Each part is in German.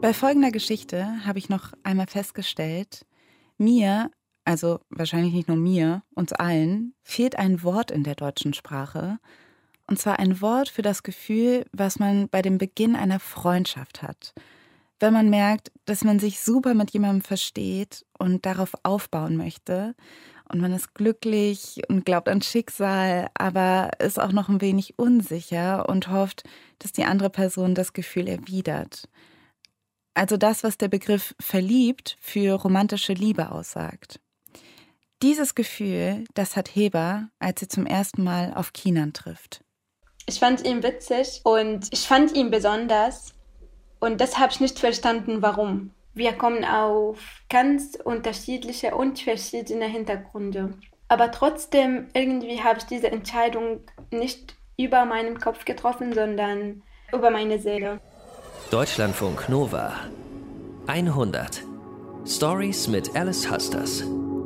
Bei folgender Geschichte habe ich noch einmal festgestellt, mir, also wahrscheinlich nicht nur mir, uns allen, fehlt ein Wort in der deutschen Sprache. Und zwar ein Wort für das Gefühl, was man bei dem Beginn einer Freundschaft hat. Wenn man merkt, dass man sich super mit jemandem versteht und darauf aufbauen möchte und man ist glücklich und glaubt an Schicksal, aber ist auch noch ein wenig unsicher und hofft, dass die andere Person das Gefühl erwidert. Also das, was der Begriff verliebt für romantische Liebe aussagt. Dieses Gefühl, das hat Heba, als sie zum ersten Mal auf Kinan trifft. Ich fand ihn witzig und ich fand ihn besonders und das habe ich nicht verstanden, warum. Wir kommen auf ganz unterschiedliche und verschiedene Hintergründe. Aber trotzdem, irgendwie habe ich diese Entscheidung nicht über meinen Kopf getroffen, sondern über meine Seele. Deutschlandfunk Nova 100 Stories mit Alice Husters.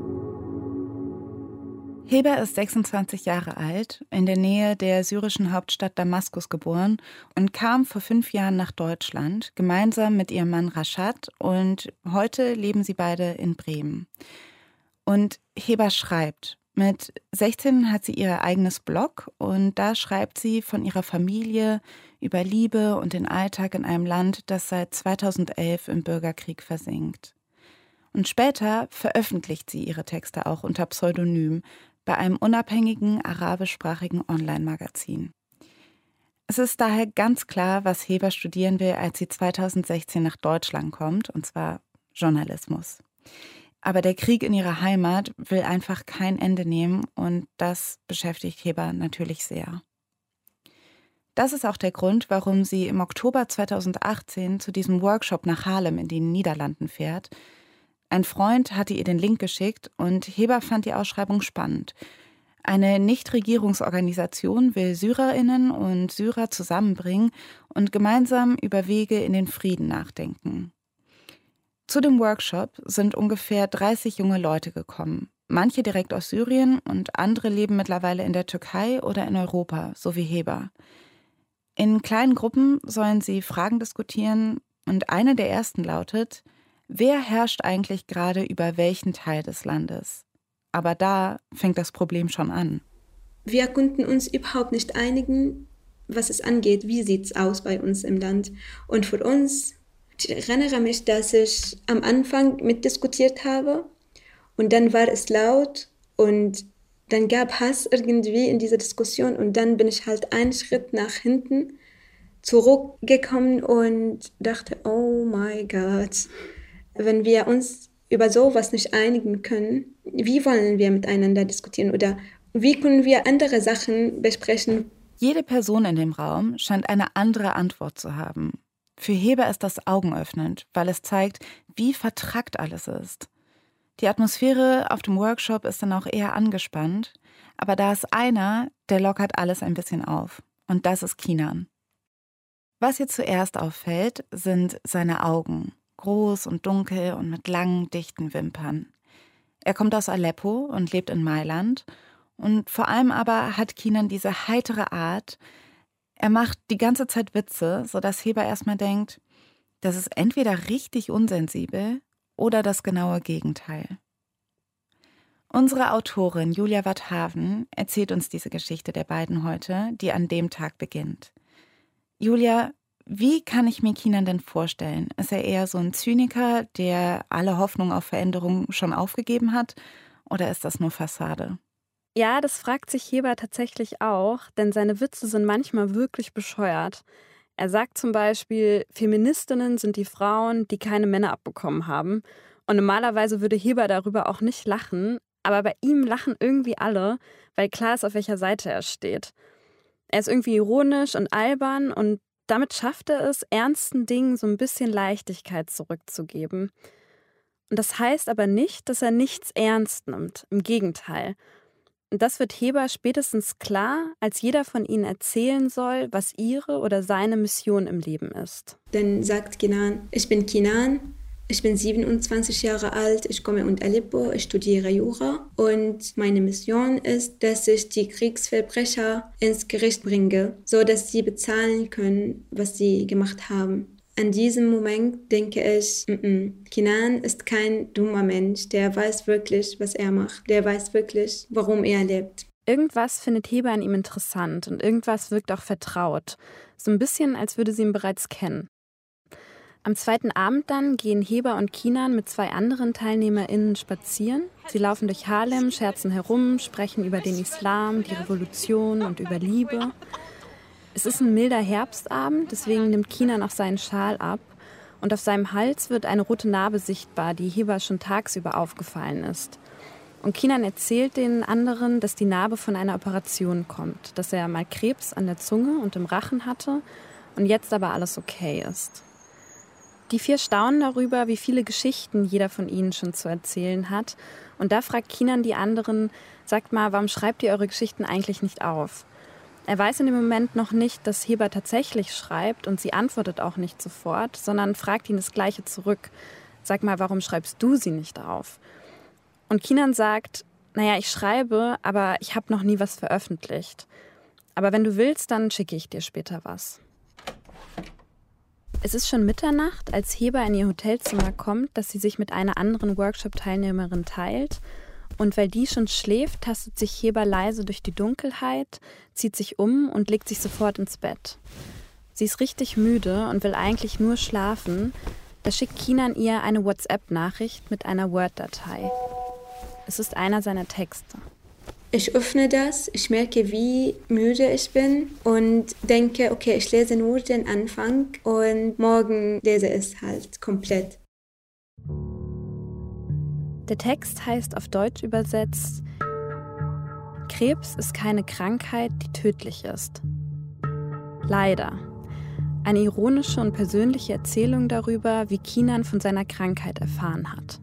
Heba ist 26 Jahre alt, in der Nähe der syrischen Hauptstadt Damaskus geboren und kam vor 5 Jahren nach Deutschland, gemeinsam mit ihrem Mann Rashad, und heute leben sie beide in Bremen. Und Heba schreibt. Mit 16 hat sie ihr eigenes Blog und da schreibt sie von ihrer Familie, über Liebe und den Alltag in einem Land, das seit 2011 im Bürgerkrieg versinkt. Und später veröffentlicht sie ihre Texte auch unter Pseudonym bei einem unabhängigen arabischsprachigen Online-Magazin. Es ist daher ganz klar, was Heba studieren will, als sie 2016 nach Deutschland kommt, und zwar Journalismus. Aber der Krieg in ihrer Heimat will einfach kein Ende nehmen und das beschäftigt Heba natürlich sehr. Das ist auch der Grund, warum sie im Oktober 2018 zu diesem Workshop nach Haarlem in den Niederlanden fährt. Ein Freund hatte ihr den Link geschickt und Heba fand die Ausschreibung spannend. Eine Nichtregierungsorganisation will SyrerInnen und Syrer zusammenbringen und gemeinsam über Wege in den Frieden nachdenken. Zu dem Workshop sind ungefähr 30 junge Leute gekommen. Manche direkt aus Syrien und andere leben mittlerweile in der Türkei oder in Europa, so wie Heba. In kleinen Gruppen sollen sie Fragen diskutieren und eine der ersten lautet: Wer herrscht eigentlich gerade über welchen Teil des Landes? Aber da fängt das Problem schon an. Wir konnten uns überhaupt nicht einigen, was es angeht. Wie sieht es aus bei uns im Land? Und für uns, ich erinnere mich, dass ich am Anfang mitdiskutiert habe und dann war es laut und dann gab Hass irgendwie in dieser Diskussion und dann bin ich halt einen Schritt nach hinten zurückgekommen und dachte, oh mein Gott, wenn wir uns über sowas nicht einigen können, wie wollen wir miteinander diskutieren oder wie können wir andere Sachen besprechen? Jede Person in dem Raum scheint eine andere Antwort zu haben. Für Heba ist das augenöffnend, weil es zeigt, wie vertrackt alles ist. Die Atmosphäre auf dem Workshop ist dann auch eher angespannt, aber da ist einer, der lockert alles ein bisschen auf. Und das ist Kinan. Was ihr zuerst auffällt, sind seine Augen. Groß und dunkel und mit langen, dichten Wimpern. Er kommt aus Aleppo und lebt in Mailand. Und vor allem aber hat Kinan diese heitere Art. Er macht die ganze Zeit Witze, sodass Heba erstmal denkt, das ist entweder richtig unsensibel oder das genaue Gegenteil. Unsere Autorin Julia Wadhaven erzählt uns diese Geschichte der beiden heute, die an dem Tag beginnt. Julia, wie kann ich mir Kinan denn vorstellen? Ist er eher so ein Zyniker, der alle Hoffnung auf Veränderung schon aufgegeben hat? Oder ist das nur Fassade? Ja, das fragt sich Heba tatsächlich auch, denn seine Witze sind manchmal wirklich bescheuert. Er sagt zum Beispiel, Feministinnen sind die Frauen, die keine Männer abbekommen haben. Und normalerweise würde Heba darüber auch nicht lachen, aber bei ihm lachen irgendwie alle, weil klar ist, auf welcher Seite er steht. Er ist irgendwie ironisch und albern und damit schafft er es, ernsten Dingen so ein bisschen Leichtigkeit zurückzugeben. Und das heißt aber nicht, dass er nichts ernst nimmt. Im Gegenteil. Und das wird Heba spätestens klar, als jeder von ihnen erzählen soll, was ihre oder seine Mission im Leben ist. Dann sagt Kinan, ich bin Kinan, ich bin 27 Jahre alt, ich komme aus Aleppo, ich studiere Jura und meine Mission ist, dass ich die Kriegsverbrecher ins Gericht bringe, so dass sie bezahlen können, was sie gemacht haben. An diesem Moment denke ich, Kinan ist kein dummer Mensch, der weiß wirklich, was er macht, der weiß wirklich, warum er lebt. Irgendwas findet Heba an ihm interessant und irgendwas wirkt auch vertraut. So ein bisschen, als würde sie ihn bereits kennen. Am zweiten Abend dann gehen Heba und Kinan mit 2 anderen TeilnehmerInnen spazieren. Sie laufen durch Harlem, scherzen herum, sprechen über den Islam, die Revolution und über Liebe. Es ist ein milder Herbstabend, deswegen nimmt Kinan auch seinen Schal ab. Und auf seinem Hals wird eine rote Narbe sichtbar, die Heba schon tagsüber aufgefallen ist. Und Kinan erzählt den anderen, dass die Narbe von einer Operation kommt, dass er mal Krebs an der Zunge und im Rachen hatte und jetzt aber alles okay ist. Die 4 staunen darüber, wie viele Geschichten jeder von ihnen schon zu erzählen hat. Und da fragt Kinan die anderen, sagt mal, warum schreibt ihr eure Geschichten eigentlich nicht auf? Er weiß in dem Moment noch nicht, dass Heba tatsächlich schreibt und sie antwortet auch nicht sofort, sondern fragt ihn das Gleiche zurück. Sag mal, warum schreibst du sie nicht auf? Und Kinan sagt, naja, ich schreibe, aber ich habe noch nie was veröffentlicht. Aber wenn du willst, dann schicke ich dir später was. Es ist schon Mitternacht, als Heba in ihr Hotelzimmer kommt, das sie sich mit einer anderen Workshop-Teilnehmerin teilt. Und weil die schon schläft, tastet sich Heba leise durch die Dunkelheit, zieht sich um und legt sich sofort ins Bett. Sie ist richtig müde und will eigentlich nur schlafen. Da schickt Kinan ihr eine WhatsApp-Nachricht mit einer Word-Datei. Es ist einer seiner Texte. Ich öffne das, ich merke, wie müde ich bin und denke, okay, ich lese nur den Anfang und morgen lese es halt komplett. Der Text heißt auf Deutsch übersetzt: Krebs ist keine Krankheit, die tödlich ist. Leider. Eine ironische und persönliche Erzählung darüber, wie Kinan von seiner Krankheit erfahren hat.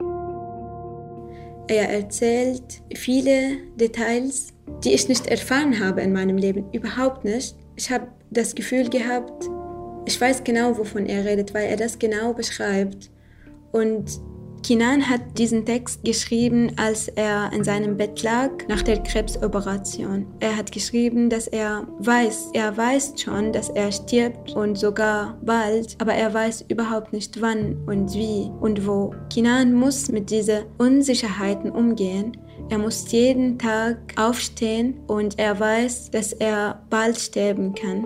Er erzählt viele Details, die ich nicht erfahren habe in meinem Leben. Überhaupt nicht. Ich habe das Gefühl gehabt, ich weiß genau, wovon er redet, weil er das genau beschreibt. Und Kinan hat diesen Text geschrieben, als er in seinem Bett lag nach der Krebsoperation. Er hat geschrieben, dass er weiß schon, dass er stirbt und sogar bald, aber er weiß überhaupt nicht wann und wie und wo. Kinan muss mit diesen Unsicherheiten umgehen. Er muss jeden Tag aufstehen und er weiß, dass er bald sterben kann.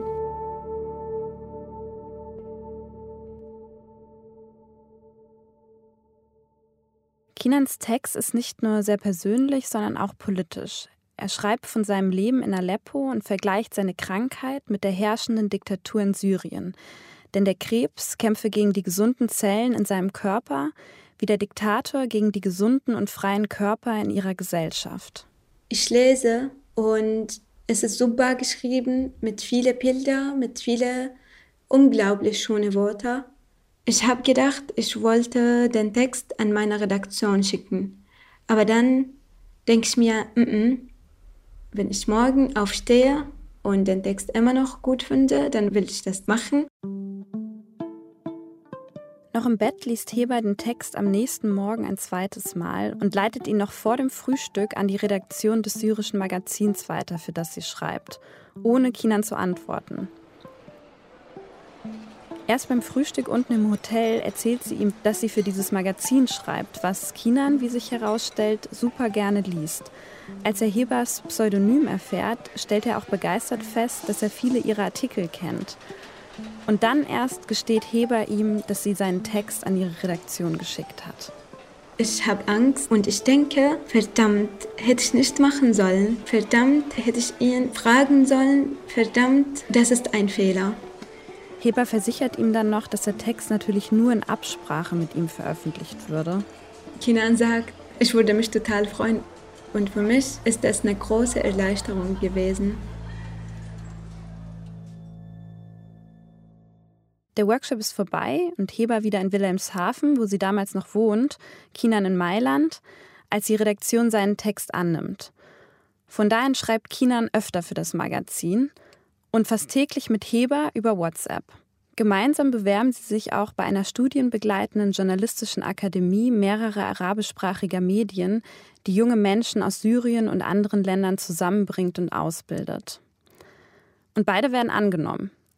Kinans Text ist nicht nur sehr persönlich, sondern auch politisch. Er schreibt von seinem Leben in Aleppo und vergleicht seine Krankheit mit der herrschenden Diktatur in Syrien. Denn der Krebs kämpfe gegen die gesunden Zellen in seinem Körper, wie der Diktator gegen die gesunden und freien Körper in ihrer Gesellschaft. Ich lese und es ist super geschrieben, mit vielen Bildern, mit vielen unglaublich schönen Worten. Ich habe gedacht, ich wollte den Text an meine Redaktion schicken. Aber dann denke ich mir, wenn ich morgen aufstehe und den Text immer noch gut finde, dann will ich das machen. Noch im Bett liest Heba den Text am nächsten Morgen ein zweites Mal und leitet ihn noch vor dem Frühstück an die Redaktion des syrischen Magazins weiter, für das sie schreibt, ohne Kinan zu antworten. Erst beim Frühstück unten im Hotel erzählt sie ihm, dass sie für dieses Magazin schreibt, was Kinan, wie sich herausstellt, super gerne liest. Als er Hebas Pseudonym erfährt, stellt er auch begeistert fest, dass er viele ihrer Artikel kennt. Und dann erst gesteht Heba ihm, dass sie seinen Text an ihre Redaktion geschickt hat. Ich habe Angst und ich denke, verdammt, hätte ich nicht machen sollen. Verdammt, hätte ich ihn fragen sollen. Verdammt, das ist ein Fehler. Heba versichert ihm dann noch, dass der Text natürlich nur in Absprache mit ihm veröffentlicht würde. Kinan sagt, ich würde mich total freuen. Und für mich ist das eine große Erleichterung gewesen. Der Workshop ist vorbei und Heba wieder in Wilhelmshaven, wo sie damals noch wohnt, Kinan in Mailand, als die Redaktion seinen Text annimmt. Von da an schreibt Kinan öfter für das Magazin und fast täglich mit Heba über WhatsApp. Gemeinsam bewerben sie sich auch bei einer studienbegleitenden journalistischen Akademie mehrerer arabischsprachiger Medien, die junge Menschen aus Syrien und anderen Ländern zusammenbringt und ausbildet. Und beide werden angenommen.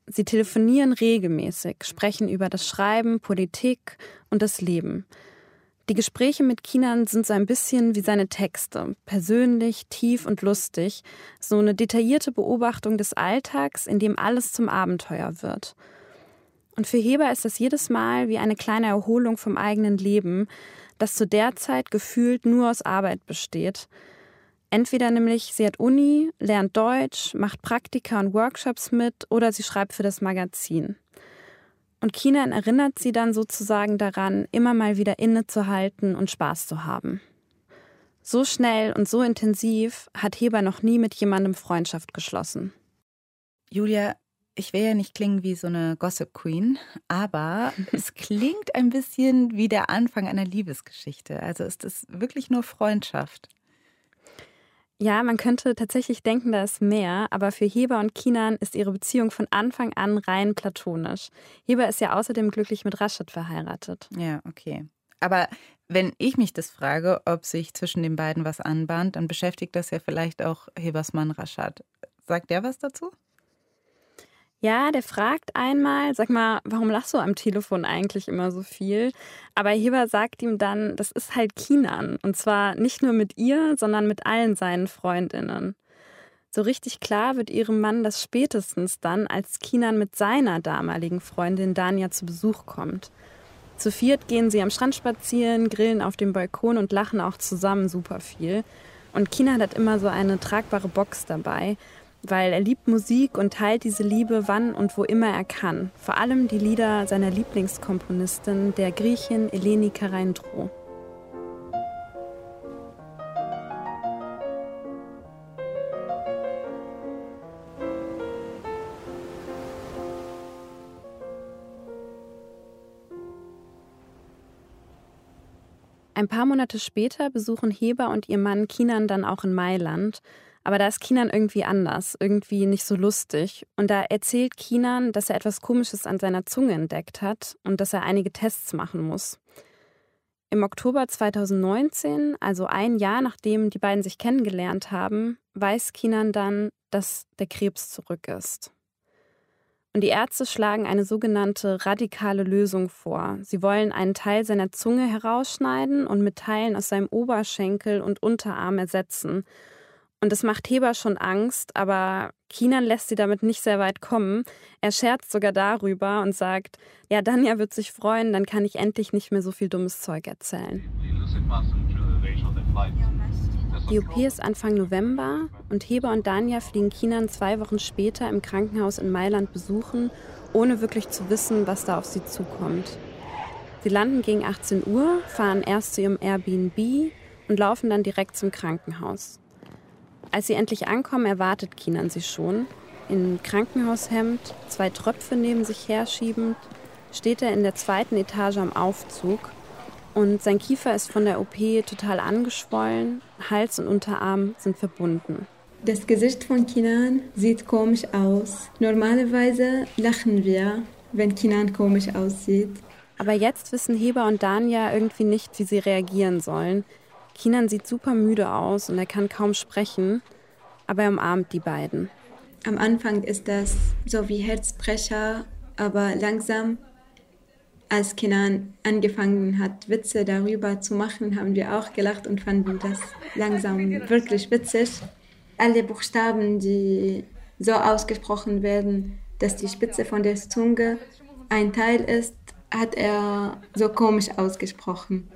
Sie telefonieren regelmäßig, sprechen über das Schreiben, Politik und das Leben. Die Gespräche mit Kinan sind so ein bisschen wie seine Texte, persönlich, tief und lustig, so eine detaillierte Beobachtung des Alltags, in dem alles zum Abenteuer wird. Und für Heber ist das jedes Mal wie eine kleine Erholung vom eigenen Leben, das zu der Zeit gefühlt nur aus Arbeit besteht. Entweder nämlich, sie hat Uni, lernt Deutsch, macht Praktika und Workshops mit oder sie schreibt für das Magazin. Und Kinan erinnert sie dann sozusagen daran, immer mal wieder innezuhalten und Spaß zu haben. So schnell und so intensiv hat Heber noch nie mit jemandem Freundschaft geschlossen. Julia, ich will ja nicht klingen wie so eine Gossip Queen, aber es klingt ein bisschen wie der Anfang einer Liebesgeschichte. Also ist es wirklich nur Freundschaft? Ja, man könnte tatsächlich denken, da ist mehr, aber für Heber und Kinan ist ihre Beziehung von Anfang an rein platonisch. Heber ist ja außerdem glücklich mit Rashid verheiratet. Ja, okay. Aber wenn ich mich das frage, ob sich zwischen den beiden was anbahnt, dann beschäftigt das ja vielleicht auch Hebers Mann Rashad. Sagt der was dazu? Ja, der fragt einmal, sag mal, warum lachst du am Telefon eigentlich immer so viel? Aber Heber sagt ihm dann, das ist halt Kinan. Und zwar nicht nur mit ihr, sondern mit allen seinen Freundinnen. So richtig klar wird ihrem Mann das spätestens dann, als Kinan mit seiner damaligen Freundin Dania zu Besuch kommt. Zu viert gehen sie am Strand spazieren, grillen auf dem Balkon und lachen auch zusammen super viel. Und Kinan hat immer so eine tragbare Box dabei, weil er liebt Musik und teilt diese Liebe wann und wo immer er kann. Vor allem die Lieder seiner Lieblingskomponistin, der Griechin Eleni Karaindrou. Ein paar Monate später besuchen Heber und ihr Mann Kinan dann auch in Mailand. Aber da ist Kinan irgendwie anders, irgendwie nicht so lustig. Und da erzählt Kinan, dass er etwas Komisches an seiner Zunge entdeckt hat und dass er einige Tests machen muss. Im Oktober 2019, also ein Jahr nachdem die beiden sich kennengelernt haben, weiß Kinan dann, dass der Krebs zurück ist. Und die Ärzte schlagen eine sogenannte radikale Lösung vor. Sie wollen einen Teil seiner Zunge herausschneiden und mit Teilen aus seinem Oberschenkel und Unterarm ersetzen. Und das macht Heber schon Angst, aber Kinan lässt sie damit nicht sehr weit kommen. Er scherzt sogar darüber und sagt, ja, Dania wird sich freuen, dann kann ich endlich nicht mehr so viel dummes Zeug erzählen. Die OP ist Anfang November und Heber und Dania fliegen Kinan 2 Wochen später im Krankenhaus in Mailand besuchen, ohne wirklich zu wissen, was da auf sie zukommt. Sie landen gegen 18 Uhr, fahren erst zu ihrem Airbnb und laufen dann direkt zum Krankenhaus. Als sie endlich ankommen, erwartet Kinan sie schon. In Krankenhaushemd, 2 Tröpfe neben sich herschiebend, steht er in der 2. Etage am Aufzug. Und sein Kiefer ist von der OP total angeschwollen, Hals und Unterarm sind verbunden. Das Gesicht von Kinan sieht komisch aus. Normalerweise lachen wir, wenn Kinan komisch aussieht. Aber jetzt wissen Heber und Dania irgendwie nicht, wie sie reagieren sollen. Kinan sieht super müde aus und er kann kaum sprechen, aber er umarmt die beiden. Am Anfang ist das so wie Herzbrecher, aber langsam, als Kinan angefangen hat, Witze darüber zu machen, haben wir auch gelacht und fanden das langsam wirklich witzig. Alle Buchstaben, die so ausgesprochen werden, dass die Spitze von der Zunge ein Teil ist, hat er so komisch ausgesprochen.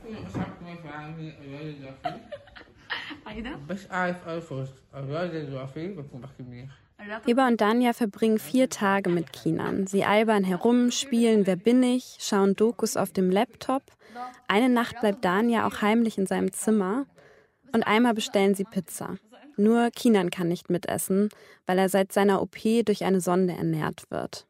Heber und Dania verbringen 4 Tage mit Kinan. Sie albern herum, spielen Wer bin ich, schauen Dokus auf dem Laptop. Eine Nacht bleibt Dania auch heimlich in seinem Zimmer. Und einmal bestellen sie Pizza. Nur Kinan kann nicht mitessen, weil er seit seiner OP durch eine Sonde ernährt wird.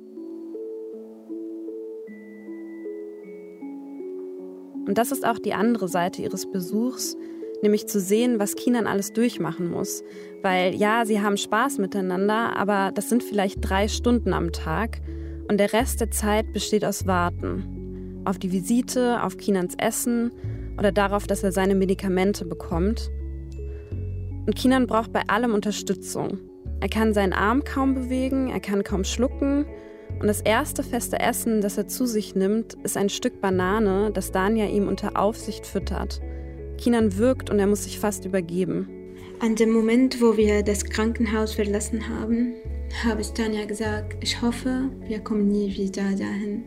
Und das ist auch die andere Seite ihres Besuchs, nämlich zu sehen, was Kinan alles durchmachen muss. Weil ja, sie haben Spaß miteinander, aber das sind vielleicht 3 Stunden am Tag und der Rest der Zeit besteht aus Warten. Auf die Visite, auf Kinans Essen oder darauf, dass er seine Medikamente bekommt. Und Kinan braucht bei allem Unterstützung. Er kann seinen Arm kaum bewegen, er kann kaum schlucken. Und das erste feste Essen, das er zu sich nimmt, ist ein Stück Banane, das Dania ihm unter Aufsicht füttert. Kinan würgt und er muss sich fast übergeben. An dem Moment, wo wir das Krankenhaus verlassen haben, habe ich Dania gesagt, ich hoffe, wir kommen nie wieder dahin.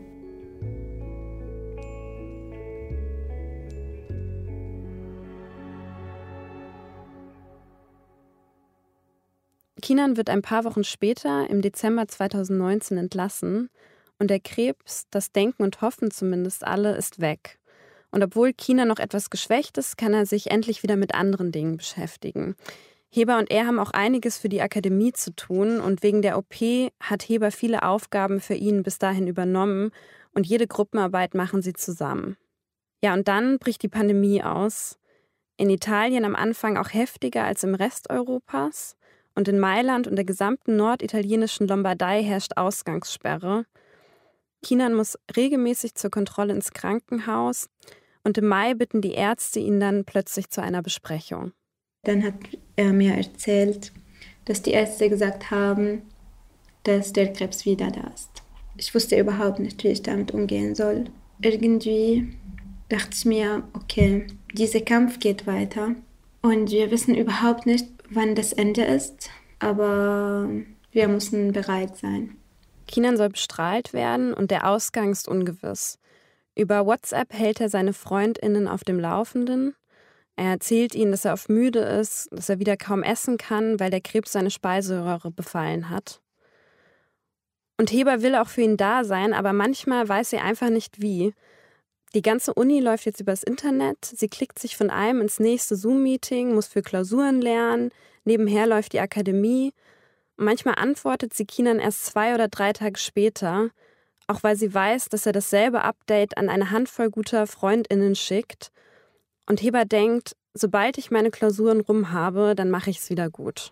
Kinan wird ein paar Wochen später, im Dezember 2019, entlassen und der Krebs, das Denken und Hoffen zumindest alle, ist weg. Und obwohl Kinan noch etwas geschwächt ist, kann er sich endlich wieder mit anderen Dingen beschäftigen. Heber und er haben auch einiges für die Akademie zu tun und wegen der OP hat Heber viele Aufgaben für ihn bis dahin übernommen und jede Gruppenarbeit machen sie zusammen. Ja, und dann bricht die Pandemie aus. In Italien am Anfang auch heftiger als im Rest Europas. Und in Mailand und der gesamten norditalienischen Lombardei herrscht Ausgangssperre. Kinan muss regelmäßig zur Kontrolle ins Krankenhaus und im Mai bitten die Ärzte ihn dann plötzlich zu einer Besprechung. Dann hat er mir erzählt, dass die Ärzte gesagt haben, dass der Krebs wieder da ist. Ich wusste überhaupt nicht, wie ich damit umgehen soll. Irgendwie dachte ich mir, okay, dieser Kampf geht weiter und wir wissen überhaupt nicht, wann das Ende ist, aber wir müssen bereit sein. Kinan soll bestrahlt werden und der Ausgang ist ungewiss. Über WhatsApp hält er seine FreundInnen auf dem Laufenden. Er erzählt ihnen, dass er oft müde ist, dass er wieder kaum essen kann, weil der Krebs seine Speiseröhre befallen hat. Und Heber will auch für ihn da sein, aber manchmal weiß sie einfach nicht wie. Die ganze Uni läuft jetzt übers Internet, sie klickt sich von einem ins nächste Zoom-Meeting, muss für Klausuren lernen, nebenher läuft die Akademie. Und manchmal antwortet sie Kinan erst 2 oder 3 Tage später, auch weil sie weiß, dass er dasselbe Update an eine Handvoll guter FreundInnen schickt. Und Heber denkt, sobald ich meine Klausuren rum habe, dann mache ich es wieder gut.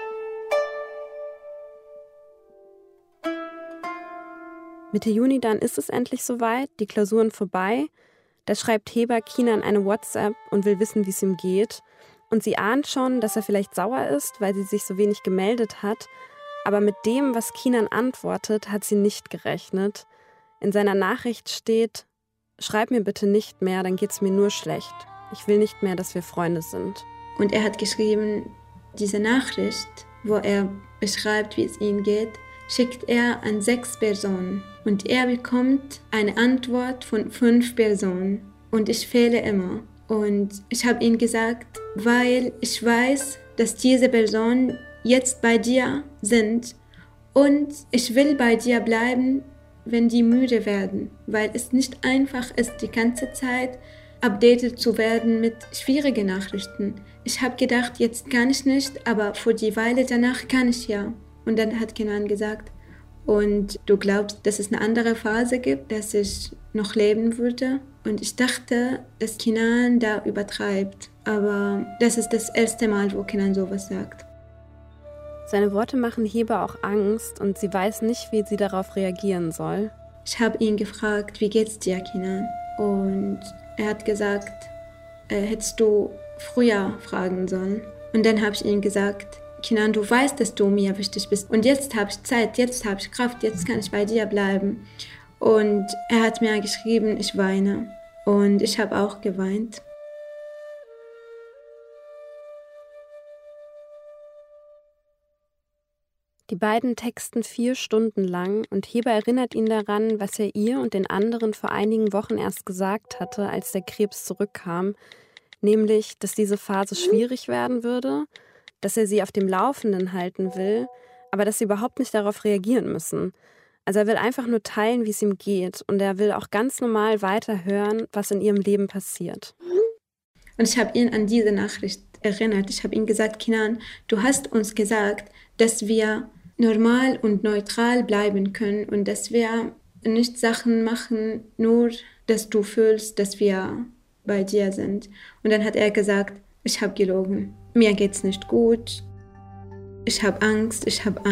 Mitte Juni dann ist es endlich soweit, die Klausuren vorbei. Da schreibt Heber Kinan eine WhatsApp und will wissen, wie es ihm geht. Und sie ahnt schon, dass er vielleicht sauer ist, weil sie sich so wenig gemeldet hat. Aber mit dem, was Kinan antwortet, hat sie nicht gerechnet. In seiner Nachricht steht: Schreib mir bitte nicht mehr, dann geht's mir nur schlecht. Ich will nicht mehr, dass wir Freunde sind. Und er hat geschrieben, diese Nachricht, wo er beschreibt, wie es ihm geht, schickt er an 6 Personen. Und er bekommt eine Antwort von 5 Personen. Und ich fehle immer. Und ich habe ihm gesagt, weil ich weiß, dass diese Personen jetzt bei dir sind. Und ich will bei dir bleiben, wenn die müde werden. Weil es nicht einfach ist, die ganze Zeit updated zu werden mit schwierigen Nachrichten. Ich habe gedacht, jetzt kann ich nicht, aber für die Weile danach kann ich ja. Und dann hat Kinan gesagt, und du glaubst, dass es eine andere Phase gibt, dass ich noch leben würde? Und ich dachte, dass Kinan da übertreibt. Aber das ist das erste Mal, wo Kinan sowas sagt. Seine Worte machen Heber auch Angst und sie weiß nicht, wie sie darauf reagieren soll. Ich habe ihn gefragt, wie geht's dir, Kinan? Und er hat gesagt, hättest du früher fragen sollen. Und dann habe ich ihm gesagt, Kinan, du weißt, dass du mir wichtig bist. Und jetzt habe ich Zeit, jetzt habe ich Kraft, jetzt kann ich bei dir bleiben. Und er hat mir geschrieben, ich weine. Und ich habe auch geweint. Die beiden texten 4 Stunden lang und Heber erinnert ihn daran, was er ihr und den anderen vor einigen Wochen erst gesagt hatte, als der Krebs zurückkam. Nämlich, dass diese Phase schwierig werden würde, dass er sie auf dem Laufenden halten will, aber dass sie überhaupt nicht darauf reagieren müssen. Also er will einfach nur teilen, wie es ihm geht und er will auch ganz normal weiterhören, was in ihrem Leben passiert. Und ich habe ihn an diese Nachricht erinnert. Ich habe ihm gesagt, Kinan, du hast uns gesagt, dass wir normal und neutral bleiben können und dass wir nicht Sachen machen, nur dass du fühlst, dass wir bei dir sind. Und dann hat er gesagt, ich habe gelogen. Mir geht's nicht gut. Ich habe Angst,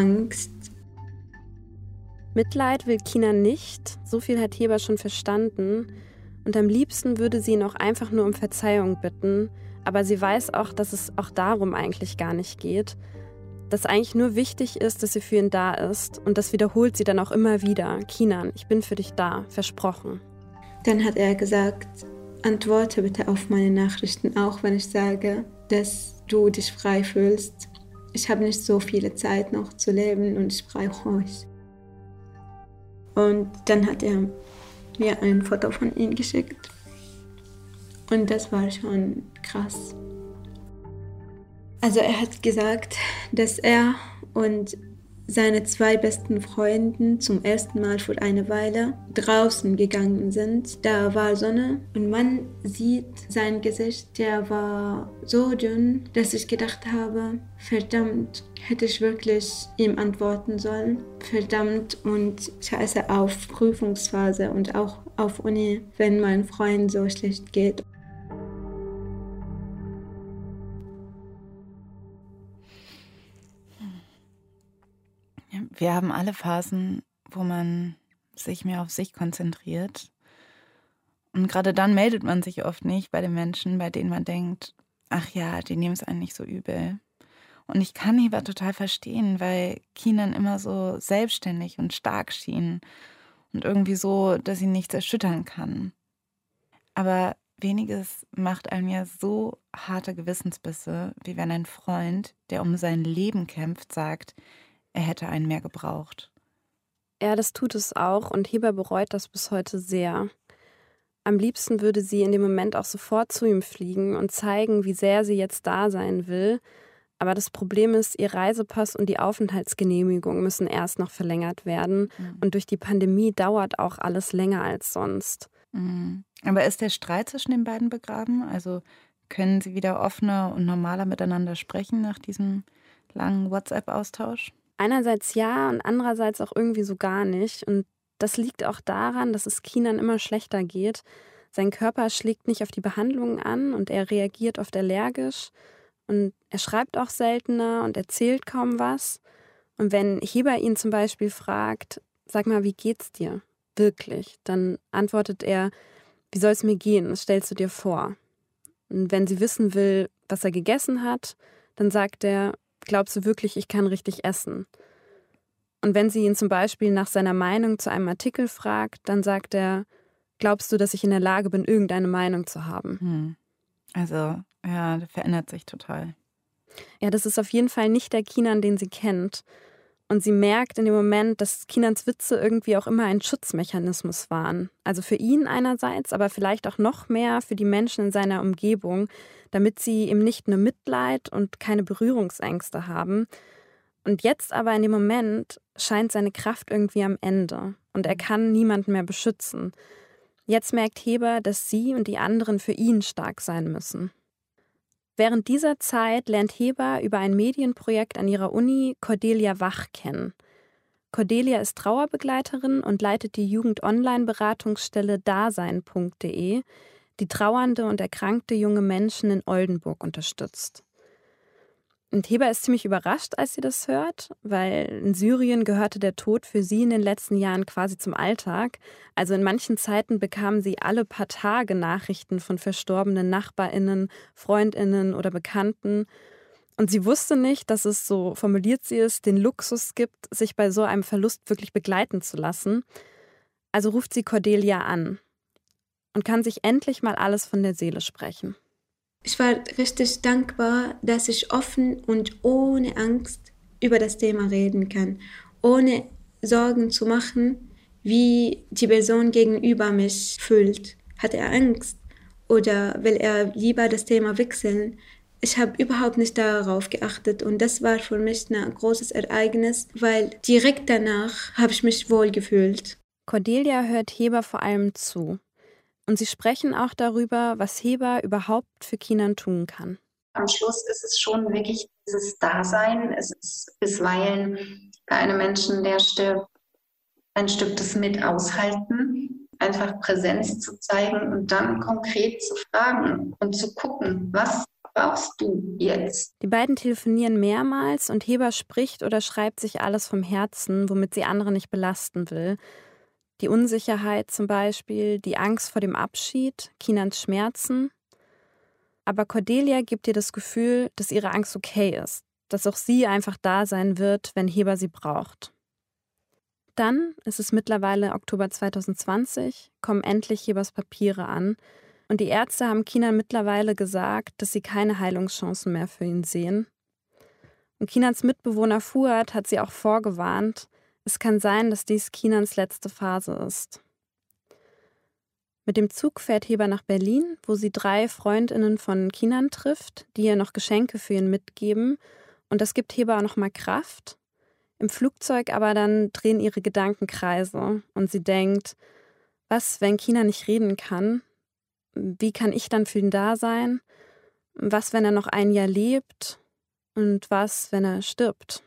Mitleid will Kinan nicht, so viel hat Heber schon verstanden. Und am liebsten würde sie ihn auch einfach nur um Verzeihung bitten. Aber sie weiß auch, dass es auch darum eigentlich gar nicht geht. dass eigentlich nur wichtig ist, dass sie für ihn da ist. Und das wiederholt sie dann auch immer wieder. Kinan, ich bin für dich da, versprochen. Dann hat er gesagt, antworte bitte auf meine Nachrichten, auch wenn ich sage, dass du dich frei fühlst. Ich habe nicht so viel Zeit noch zu leben und ich brauche euch. Und dann hat er mir ein Foto von ihm geschickt. Und das war schon krass. Also er hat gesagt, dass er und seine 2 besten Freunde zum ersten Mal vor einer Weile draußen gegangen sind. Da war Sonne und man sieht sein Gesicht, der war so dünn, dass ich gedacht habe, verdammt, hätte ich wirklich ihm antworten sollen. Verdammt und scheiße auf Prüfungsphase und auch auf Uni, wenn mein Freund so schlecht geht. Wir haben alle Phasen, wo man sich mehr auf sich konzentriert. Und gerade dann meldet man sich oft nicht bei den Menschen, bei denen man denkt, ach ja, die nehmen es einen nicht so übel. Und ich kann Hiba total verstehen, weil Kinan immer so selbstständig und stark schien. Und irgendwie so, dass sie nichts erschüttern kann. Aber weniges macht einem ja so harte Gewissensbisse, wie wenn ein Freund, der um sein Leben kämpft, sagt, er hätte einen mehr gebraucht. Ja, das tut es auch und Hiba bereut das bis heute sehr. Am liebsten würde sie in dem Moment auch sofort zu ihm fliegen und zeigen, wie sehr sie jetzt da sein will. Aber das Problem ist, ihr Reisepass und die Aufenthaltsgenehmigung müssen erst noch verlängert werden. Und durch die Pandemie dauert auch alles länger als sonst. Aber ist der Streit zwischen den beiden begraben? Also können sie wieder offener und normaler miteinander sprechen nach diesem langen WhatsApp-Austausch? Einerseits ja und andererseits auch irgendwie so gar nicht. Und das liegt auch daran, dass es Kinan immer schlechter geht. Sein Körper schlägt nicht auf die Behandlungen an und er reagiert oft allergisch. Und er schreibt auch seltener und erzählt kaum was. Und wenn Hiba ihn zum Beispiel fragt, sag mal, wie geht's dir? Wirklich? Dann antwortet er, wie soll es mir gehen? Das stellst du dir vor. Und wenn sie wissen will, was er gegessen hat, dann sagt er, glaubst du wirklich, ich kann richtig essen? Und wenn sie ihn zum Beispiel nach seiner Meinung zu einem Artikel fragt, dann sagt er, glaubst du, dass ich in der Lage bin, irgendeine Meinung zu haben? Also, ja, das verändert sich total. Ja, das ist auf jeden Fall nicht der Kinan, den sie kennt. Und sie merkt in dem Moment, dass Kinans Witze irgendwie auch immer ein Schutzmechanismus waren. Also für ihn einerseits, aber vielleicht auch noch mehr für die Menschen in seiner Umgebung, damit sie ihm nicht nur Mitleid und keine Berührungsängste haben. Und jetzt aber in dem Moment scheint seine Kraft irgendwie am Ende. Und er kann niemanden mehr beschützen. Jetzt merkt Hiba, dass sie und die anderen für ihn stark sein müssen. Während dieser Zeit lernt Hiba über ein Medienprojekt an ihrer Uni Cordelia Wach kennen. Cordelia ist Trauerbegleiterin und leitet die Jugend-Online-Beratungsstelle dasein.de, die trauernde und erkrankte junge Menschen in Oldenburg unterstützt. Und Hiba ist ziemlich überrascht, als sie das hört, weil in Syrien gehörte der Tod für sie in den letzten Jahren quasi zum Alltag. Also in manchen Zeiten bekamen sie alle paar Tage Nachrichten von verstorbenen NachbarInnen, FreundInnen oder Bekannten. Und sie wusste nicht, dass es, so formuliert sie es, den Luxus gibt, sich bei so einem Verlust wirklich begleiten zu lassen. Also ruft sie Cordelia an und kann sich endlich mal alles von der Seele sprechen. Ich war richtig dankbar, dass ich offen und ohne Angst über das Thema reden kann, ohne Sorgen zu machen, wie die Person gegenüber mich fühlt. Hat er Angst oder will er lieber das Thema wechseln? Ich habe überhaupt nicht darauf geachtet und das war für mich ein großes Ereignis, weil direkt danach habe ich mich wohl gefühlt. Cordelia hört Hiba vor allem zu. Und sie sprechen auch darüber, was Hiba überhaupt für Kinan tun kann. Am Schluss ist es schon wirklich dieses Dasein. Es ist bisweilen bei einem Menschen, der stirbt, ein Stück des Mit aushalten, einfach Präsenz zu zeigen und dann konkret zu fragen und zu gucken, was brauchst du jetzt? Die beiden telefonieren mehrmals und Hiba spricht oder schreibt sich alles vom Herzen, womit sie andere nicht belasten will. Die Unsicherheit zum Beispiel, die Angst vor dem Abschied, Kinans Schmerzen. Aber Cordelia gibt ihr das Gefühl, dass ihre Angst okay ist. dass auch sie einfach da sein wird, wenn Heber sie braucht. Dann ist es mittlerweile Oktober 2020, kommen endlich Hebers Papiere an und die Ärzte haben Kinan mittlerweile gesagt, dass sie keine Heilungschancen mehr für ihn sehen. Und Kinans Mitbewohner Fuad hat sie auch vorgewarnt, es kann sein, dass dies Kinans letzte Phase ist. Mit dem Zug fährt Heber nach Berlin, wo sie 3 FreundInnen von Kinan trifft, die ihr noch Geschenke für ihn mitgeben. Und das gibt Heber auch nochmal Kraft. Im Flugzeug aber dann drehen ihre Gedanken Kreise und sie denkt, was, wenn Kinan nicht reden kann? Wie kann ich dann für ihn da sein? Was, wenn er noch ein Jahr lebt? Und was, wenn er stirbt?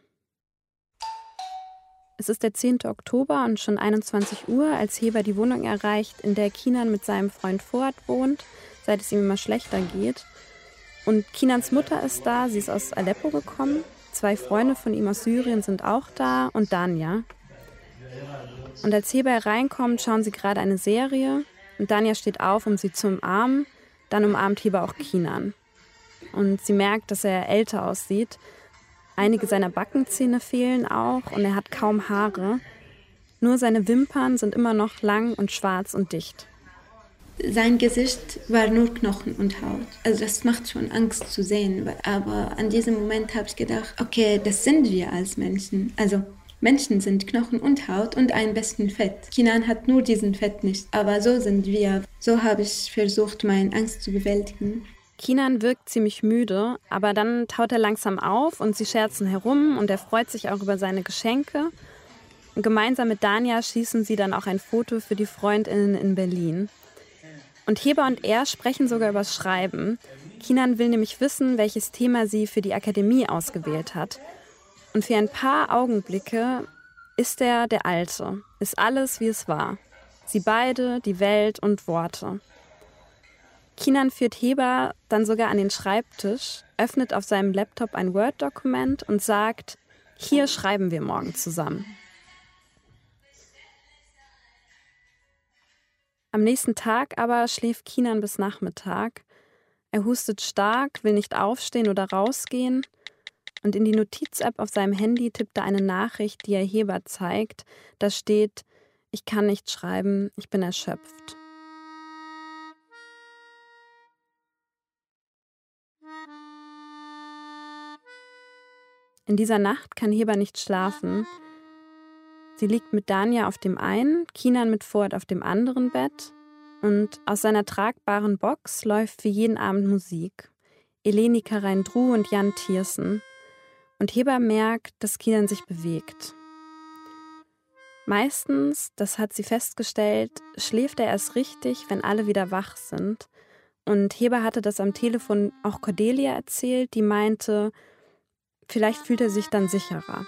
Es ist der 10. Oktober und schon 21 Uhr, als Heber die Wohnung erreicht, in der Kinan mit seinem Freund Fuad wohnt, seit es ihm immer schlechter geht. Und Kinans Mutter ist da, sie ist aus Aleppo gekommen. 2 Freunde von ihm aus Syrien sind auch da und Danja. Und als Heber hereinkommt, schauen sie gerade eine Serie und Danja steht auf, um sie zu umarmen. Dann umarmt Heber auch Kinan. Und sie merkt, dass er älter aussieht. Einige seiner Backenzähne fehlen auch und er hat kaum Haare. Nur seine Wimpern sind immer noch lang und schwarz und dicht. Sein Gesicht war nur Knochen und Haut. Also das macht schon Angst zu sehen. Aber an diesem Moment habe ich gedacht, okay, das sind wir als Menschen. Also Menschen sind Knochen und Haut und ein bisschen Fett. Kinan hat nur diesen Fett nicht, aber so sind wir. So habe ich versucht, meine Angst zu bewältigen. Kinan wirkt ziemlich müde, aber dann taut er langsam auf und sie scherzen herum und er freut sich auch über seine Geschenke. Und gemeinsam mit Danja schießen sie dann auch ein Foto für die FreundInnen in Berlin. Und Heber und er sprechen sogar übers Schreiben. Kinan will nämlich wissen, welches Thema sie für die Akademie ausgewählt hat. Und für ein paar Augenblicke ist er der Alte, ist alles, wie es war. Sie beide, die Welt und Worte. Kinan führt Heber dann sogar an den Schreibtisch, öffnet auf seinem Laptop ein Word-Dokument und sagt, hier schreiben wir morgen zusammen. Am nächsten Tag aber schläft Kinan bis Nachmittag. Er hustet stark, will nicht aufstehen oder rausgehen. Und in die Notiz-App auf seinem Handy tippt er eine Nachricht, die er Heber zeigt. Da steht, ich kann nicht schreiben, ich bin erschöpft. In dieser Nacht kann Heber nicht schlafen. Sie liegt mit Danja auf dem einen, Kinan mit Fuad auf dem anderen Bett. Und aus seiner tragbaren Box läuft für jeden Abend Musik. Eleni Karein-Dru und Jan Thiersen. Und Heber merkt, dass Kinan sich bewegt. Meistens, das hat sie festgestellt, schläft er erst richtig, wenn alle wieder wach sind. Und Heber hatte das am Telefon auch Cordelia erzählt, die meinte, vielleicht fühlt er sich dann sicherer.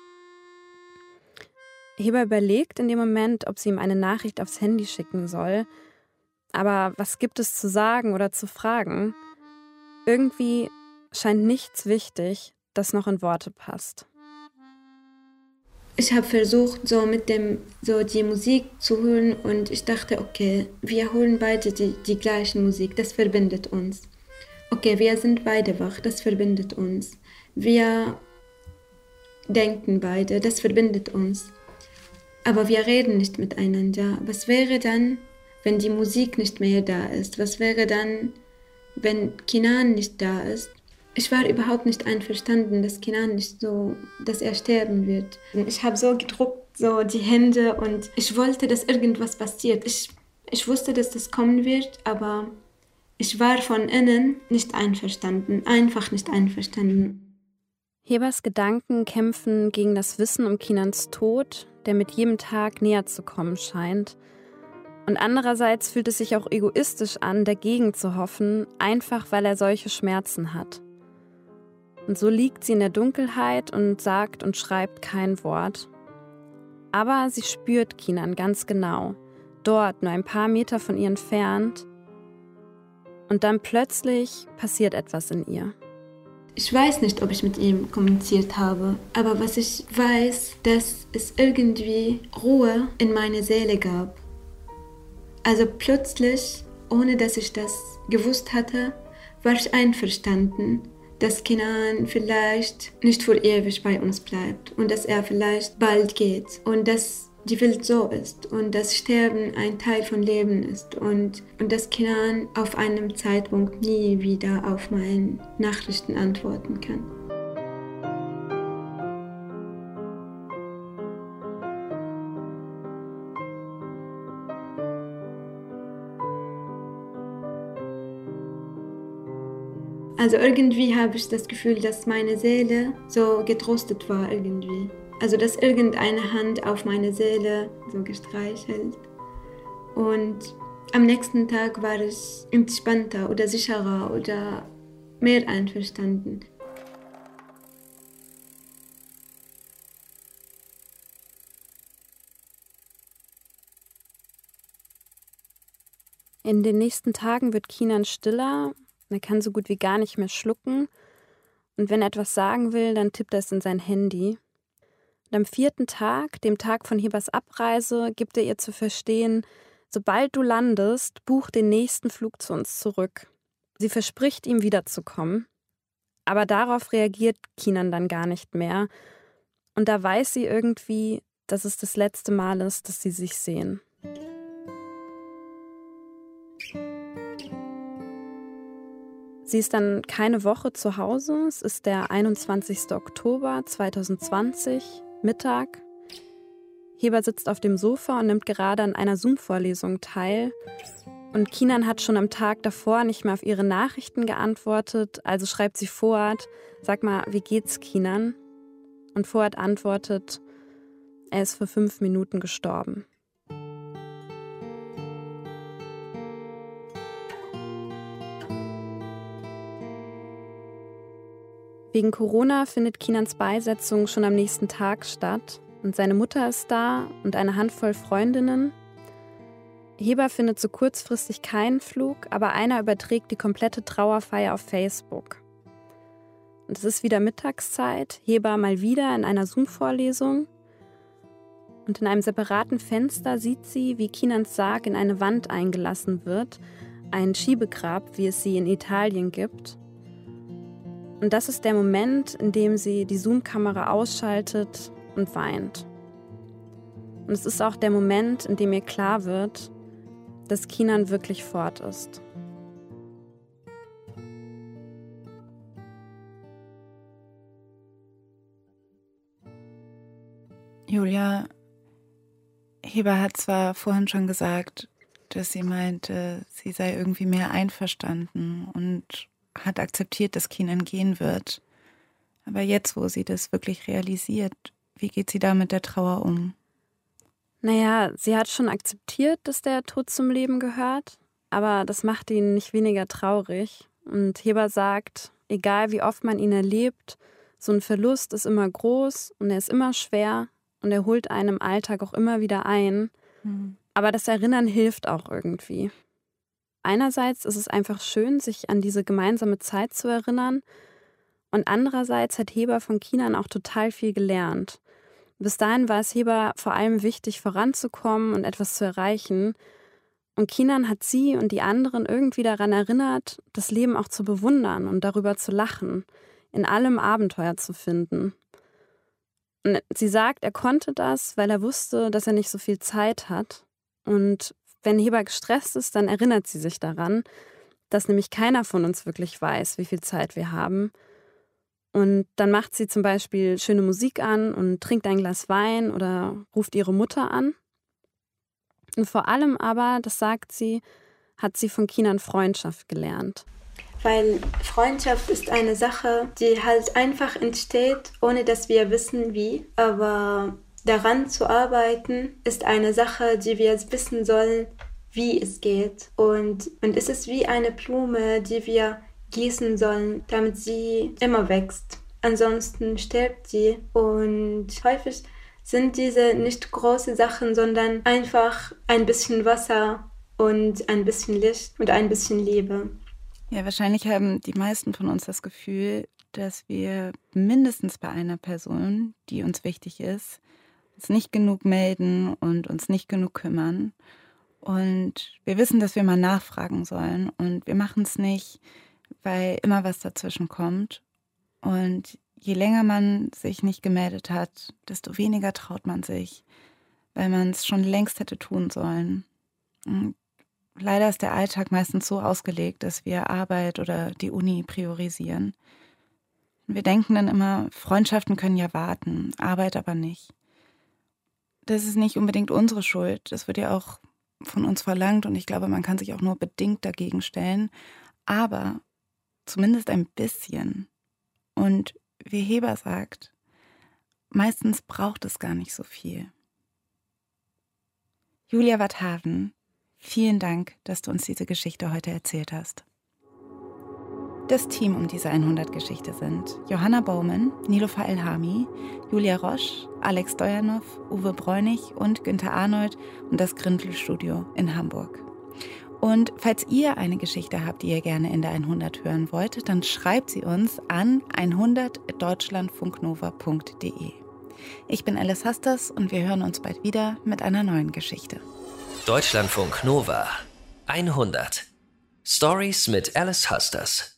Heber überlegt in dem Moment, ob sie ihm eine Nachricht aufs Handy schicken soll. Aber was gibt es zu sagen oder zu fragen? Irgendwie scheint nichts wichtig, das noch in Worte passt. Ich habe versucht, die Musik zu hören und ich dachte, okay, wir hören beide die gleiche Musik, das verbindet uns. Okay, wir sind beide wach, das verbindet uns. Wir denken beide, das verbindet uns. Aber wir reden nicht miteinander. Was wäre dann, wenn die Musik nicht mehr da ist? Was wäre dann, wenn Kinan nicht da ist? Ich war überhaupt nicht einverstanden, dass Kinan dass er sterben wird. Ich habe so gedruckt, so die Hände und ich wollte, dass irgendwas passiert. Ich wusste, dass das kommen wird, aber ich war von innen nicht einverstanden, einfach nicht einverstanden. Hebers Gedanken kämpfen gegen das Wissen um Kinans Tod, der mit jedem Tag näher zu kommen scheint. Und andererseits fühlt es sich auch egoistisch an, dagegen zu hoffen, einfach weil er solche Schmerzen hat. Und so liegt sie in der Dunkelheit und sagt und schreibt kein Wort. Aber sie spürt Kinan ganz genau, dort nur ein paar Meter von ihr entfernt. Und dann plötzlich passiert etwas in ihr. Ich weiß nicht, ob ich mit ihm kommuniziert habe, aber was ich weiß, dass es irgendwie Ruhe in meine Seele gab. Also plötzlich, ohne dass ich das gewusst hatte, war ich einverstanden, dass Kenan vielleicht nicht für ewig bei uns bleibt und dass er vielleicht bald geht und dass die Welt so ist und dass Sterben ein Teil von Leben ist und dass Kenan auf einem Zeitpunkt nie wieder auf meine Nachrichten antworten kann. Also irgendwie habe ich das Gefühl, dass meine Seele so getröstet war irgendwie. Also dass irgendeine Hand auf meine Seele so gestreichelt. Und am nächsten Tag war ich entspannter oder sicherer oder mehr einverstanden. In den nächsten Tagen wird Kenan stiller. Er kann so gut wie gar nicht mehr schlucken. Und wenn er etwas sagen will, dann tippt er es in sein Handy. Und am 4. Tag, dem Tag von Hebas Abreise, gibt er ihr zu verstehen, sobald du landest, buch den nächsten Flug zu uns zurück. Sie verspricht ihm wiederzukommen. Aber darauf reagiert Kenan dann gar nicht mehr. Und da weiß sie irgendwie, dass es das letzte Mal ist, dass sie sich sehen. Sie ist dann keine Woche zu Hause. Es ist der 21. Oktober 2020, Mittag. Heber sitzt auf dem Sofa und nimmt gerade an einer Zoom-Vorlesung teil. Und Kenan hat schon am Tag davor nicht mehr auf ihre Nachrichten geantwortet. Also schreibt sie Fuad: Sag mal, wie geht's, Kenan? Und Fuad antwortet: Er ist vor 5 Minuten gestorben. Wegen Corona findet Kenans Beisetzung schon am nächsten Tag statt und seine Mutter ist da und eine Handvoll Freundinnen. Heber findet so kurzfristig keinen Flug, aber einer überträgt die komplette Trauerfeier auf Facebook. Und es ist wieder Mittagszeit, Heber mal wieder in einer Zoom-Vorlesung und in einem separaten Fenster sieht sie, wie Kenans Sarg in eine Wand eingelassen wird, ein Schiebegrab, wie es sie in Italien gibt. Und das ist der Moment, in dem sie die Zoom-Kamera ausschaltet und weint. Und es ist auch der Moment, in dem ihr klar wird, dass Kenan wirklich fort ist. Julia, Heber hat zwar vorhin schon gesagt, dass sie meinte, sie sei irgendwie mehr einverstanden und hat akzeptiert, dass Kenan gehen wird. Aber jetzt, wo sie das wirklich realisiert, wie geht sie da mit der Trauer um? Naja, sie hat schon akzeptiert, dass der Tod zum Leben gehört, aber das macht ihn nicht weniger traurig. Und Heber sagt, egal wie oft man ihn erlebt, so ein Verlust ist immer groß und er ist immer schwer und er holt einen im Alltag auch immer wieder ein. Aber das Erinnern hilft auch irgendwie. Einerseits ist es einfach schön, sich an diese gemeinsame Zeit zu erinnern und andererseits hat Heber von Kenan auch total viel gelernt. Bis dahin war es Heber vor allem wichtig, voranzukommen und etwas zu erreichen. Und Kenan hat sie und die anderen irgendwie daran erinnert, das Leben auch zu bewundern und darüber zu lachen, in allem Abenteuer zu finden. Und sie sagt, er konnte das, weil er wusste, dass er nicht so viel Zeit hat. Und wenn Heber gestresst ist, dann erinnert sie sich daran, dass nämlich keiner von uns wirklich weiß, wie viel Zeit wir haben. Und dann macht sie zum Beispiel schöne Musik an und trinkt ein Glas Wein oder ruft ihre Mutter an. Und vor allem aber, das sagt sie, hat sie von Kenan Freundschaft gelernt. Weil Freundschaft ist eine Sache, die halt einfach entsteht, ohne dass wir wissen wie. Aber daran zu arbeiten ist eine Sache, die wir wissen sollen, wie es geht. Und es ist wie eine Blume, die wir gießen sollen, damit sie immer wächst. Ansonsten stirbt sie. Und häufig sind diese nicht große Sachen, sondern einfach ein bisschen Wasser und ein bisschen Licht und ein bisschen Liebe. Ja, wahrscheinlich haben die meisten von uns das Gefühl, dass wir mindestens bei einer Person, die uns wichtig ist, uns nicht genug melden und uns nicht genug kümmern. Und wir wissen, dass wir mal nachfragen sollen und wir machen es nicht, weil immer was dazwischen kommt. Und je länger man sich nicht gemeldet hat, desto weniger traut man sich, weil man es schon längst hätte tun sollen. Und leider ist der Alltag meistens so ausgelegt, dass wir Arbeit oder die Uni priorisieren. Wir denken dann immer, Freundschaften können ja warten, Arbeit aber nicht. Das ist nicht unbedingt unsere Schuld, das wird ja auch von uns verlangt und ich glaube, man kann sich auch nur bedingt dagegen stellen, aber zumindest ein bisschen. Und wie Heber sagt, meistens braucht es gar nicht so viel. Julia Wadhaven, vielen Dank, dass du uns diese Geschichte heute erzählt hast. Das Team um diese 100-Geschichte sind Johanna Baumann, Niloufar Elhami, Julia Roche, Alex Stojanov, Uwe Bräunig und Günther Arnold und das Grindel-Studio in Hamburg. Und falls ihr eine Geschichte habt, die ihr gerne in der 100 hören wollt, dann schreibt sie uns an 100@deutschlandfunknova.de. Ich bin Alice Hasters und wir hören uns bald wieder mit einer neuen Geschichte. Deutschlandfunk Nova 100 Stories mit Alice Hasters.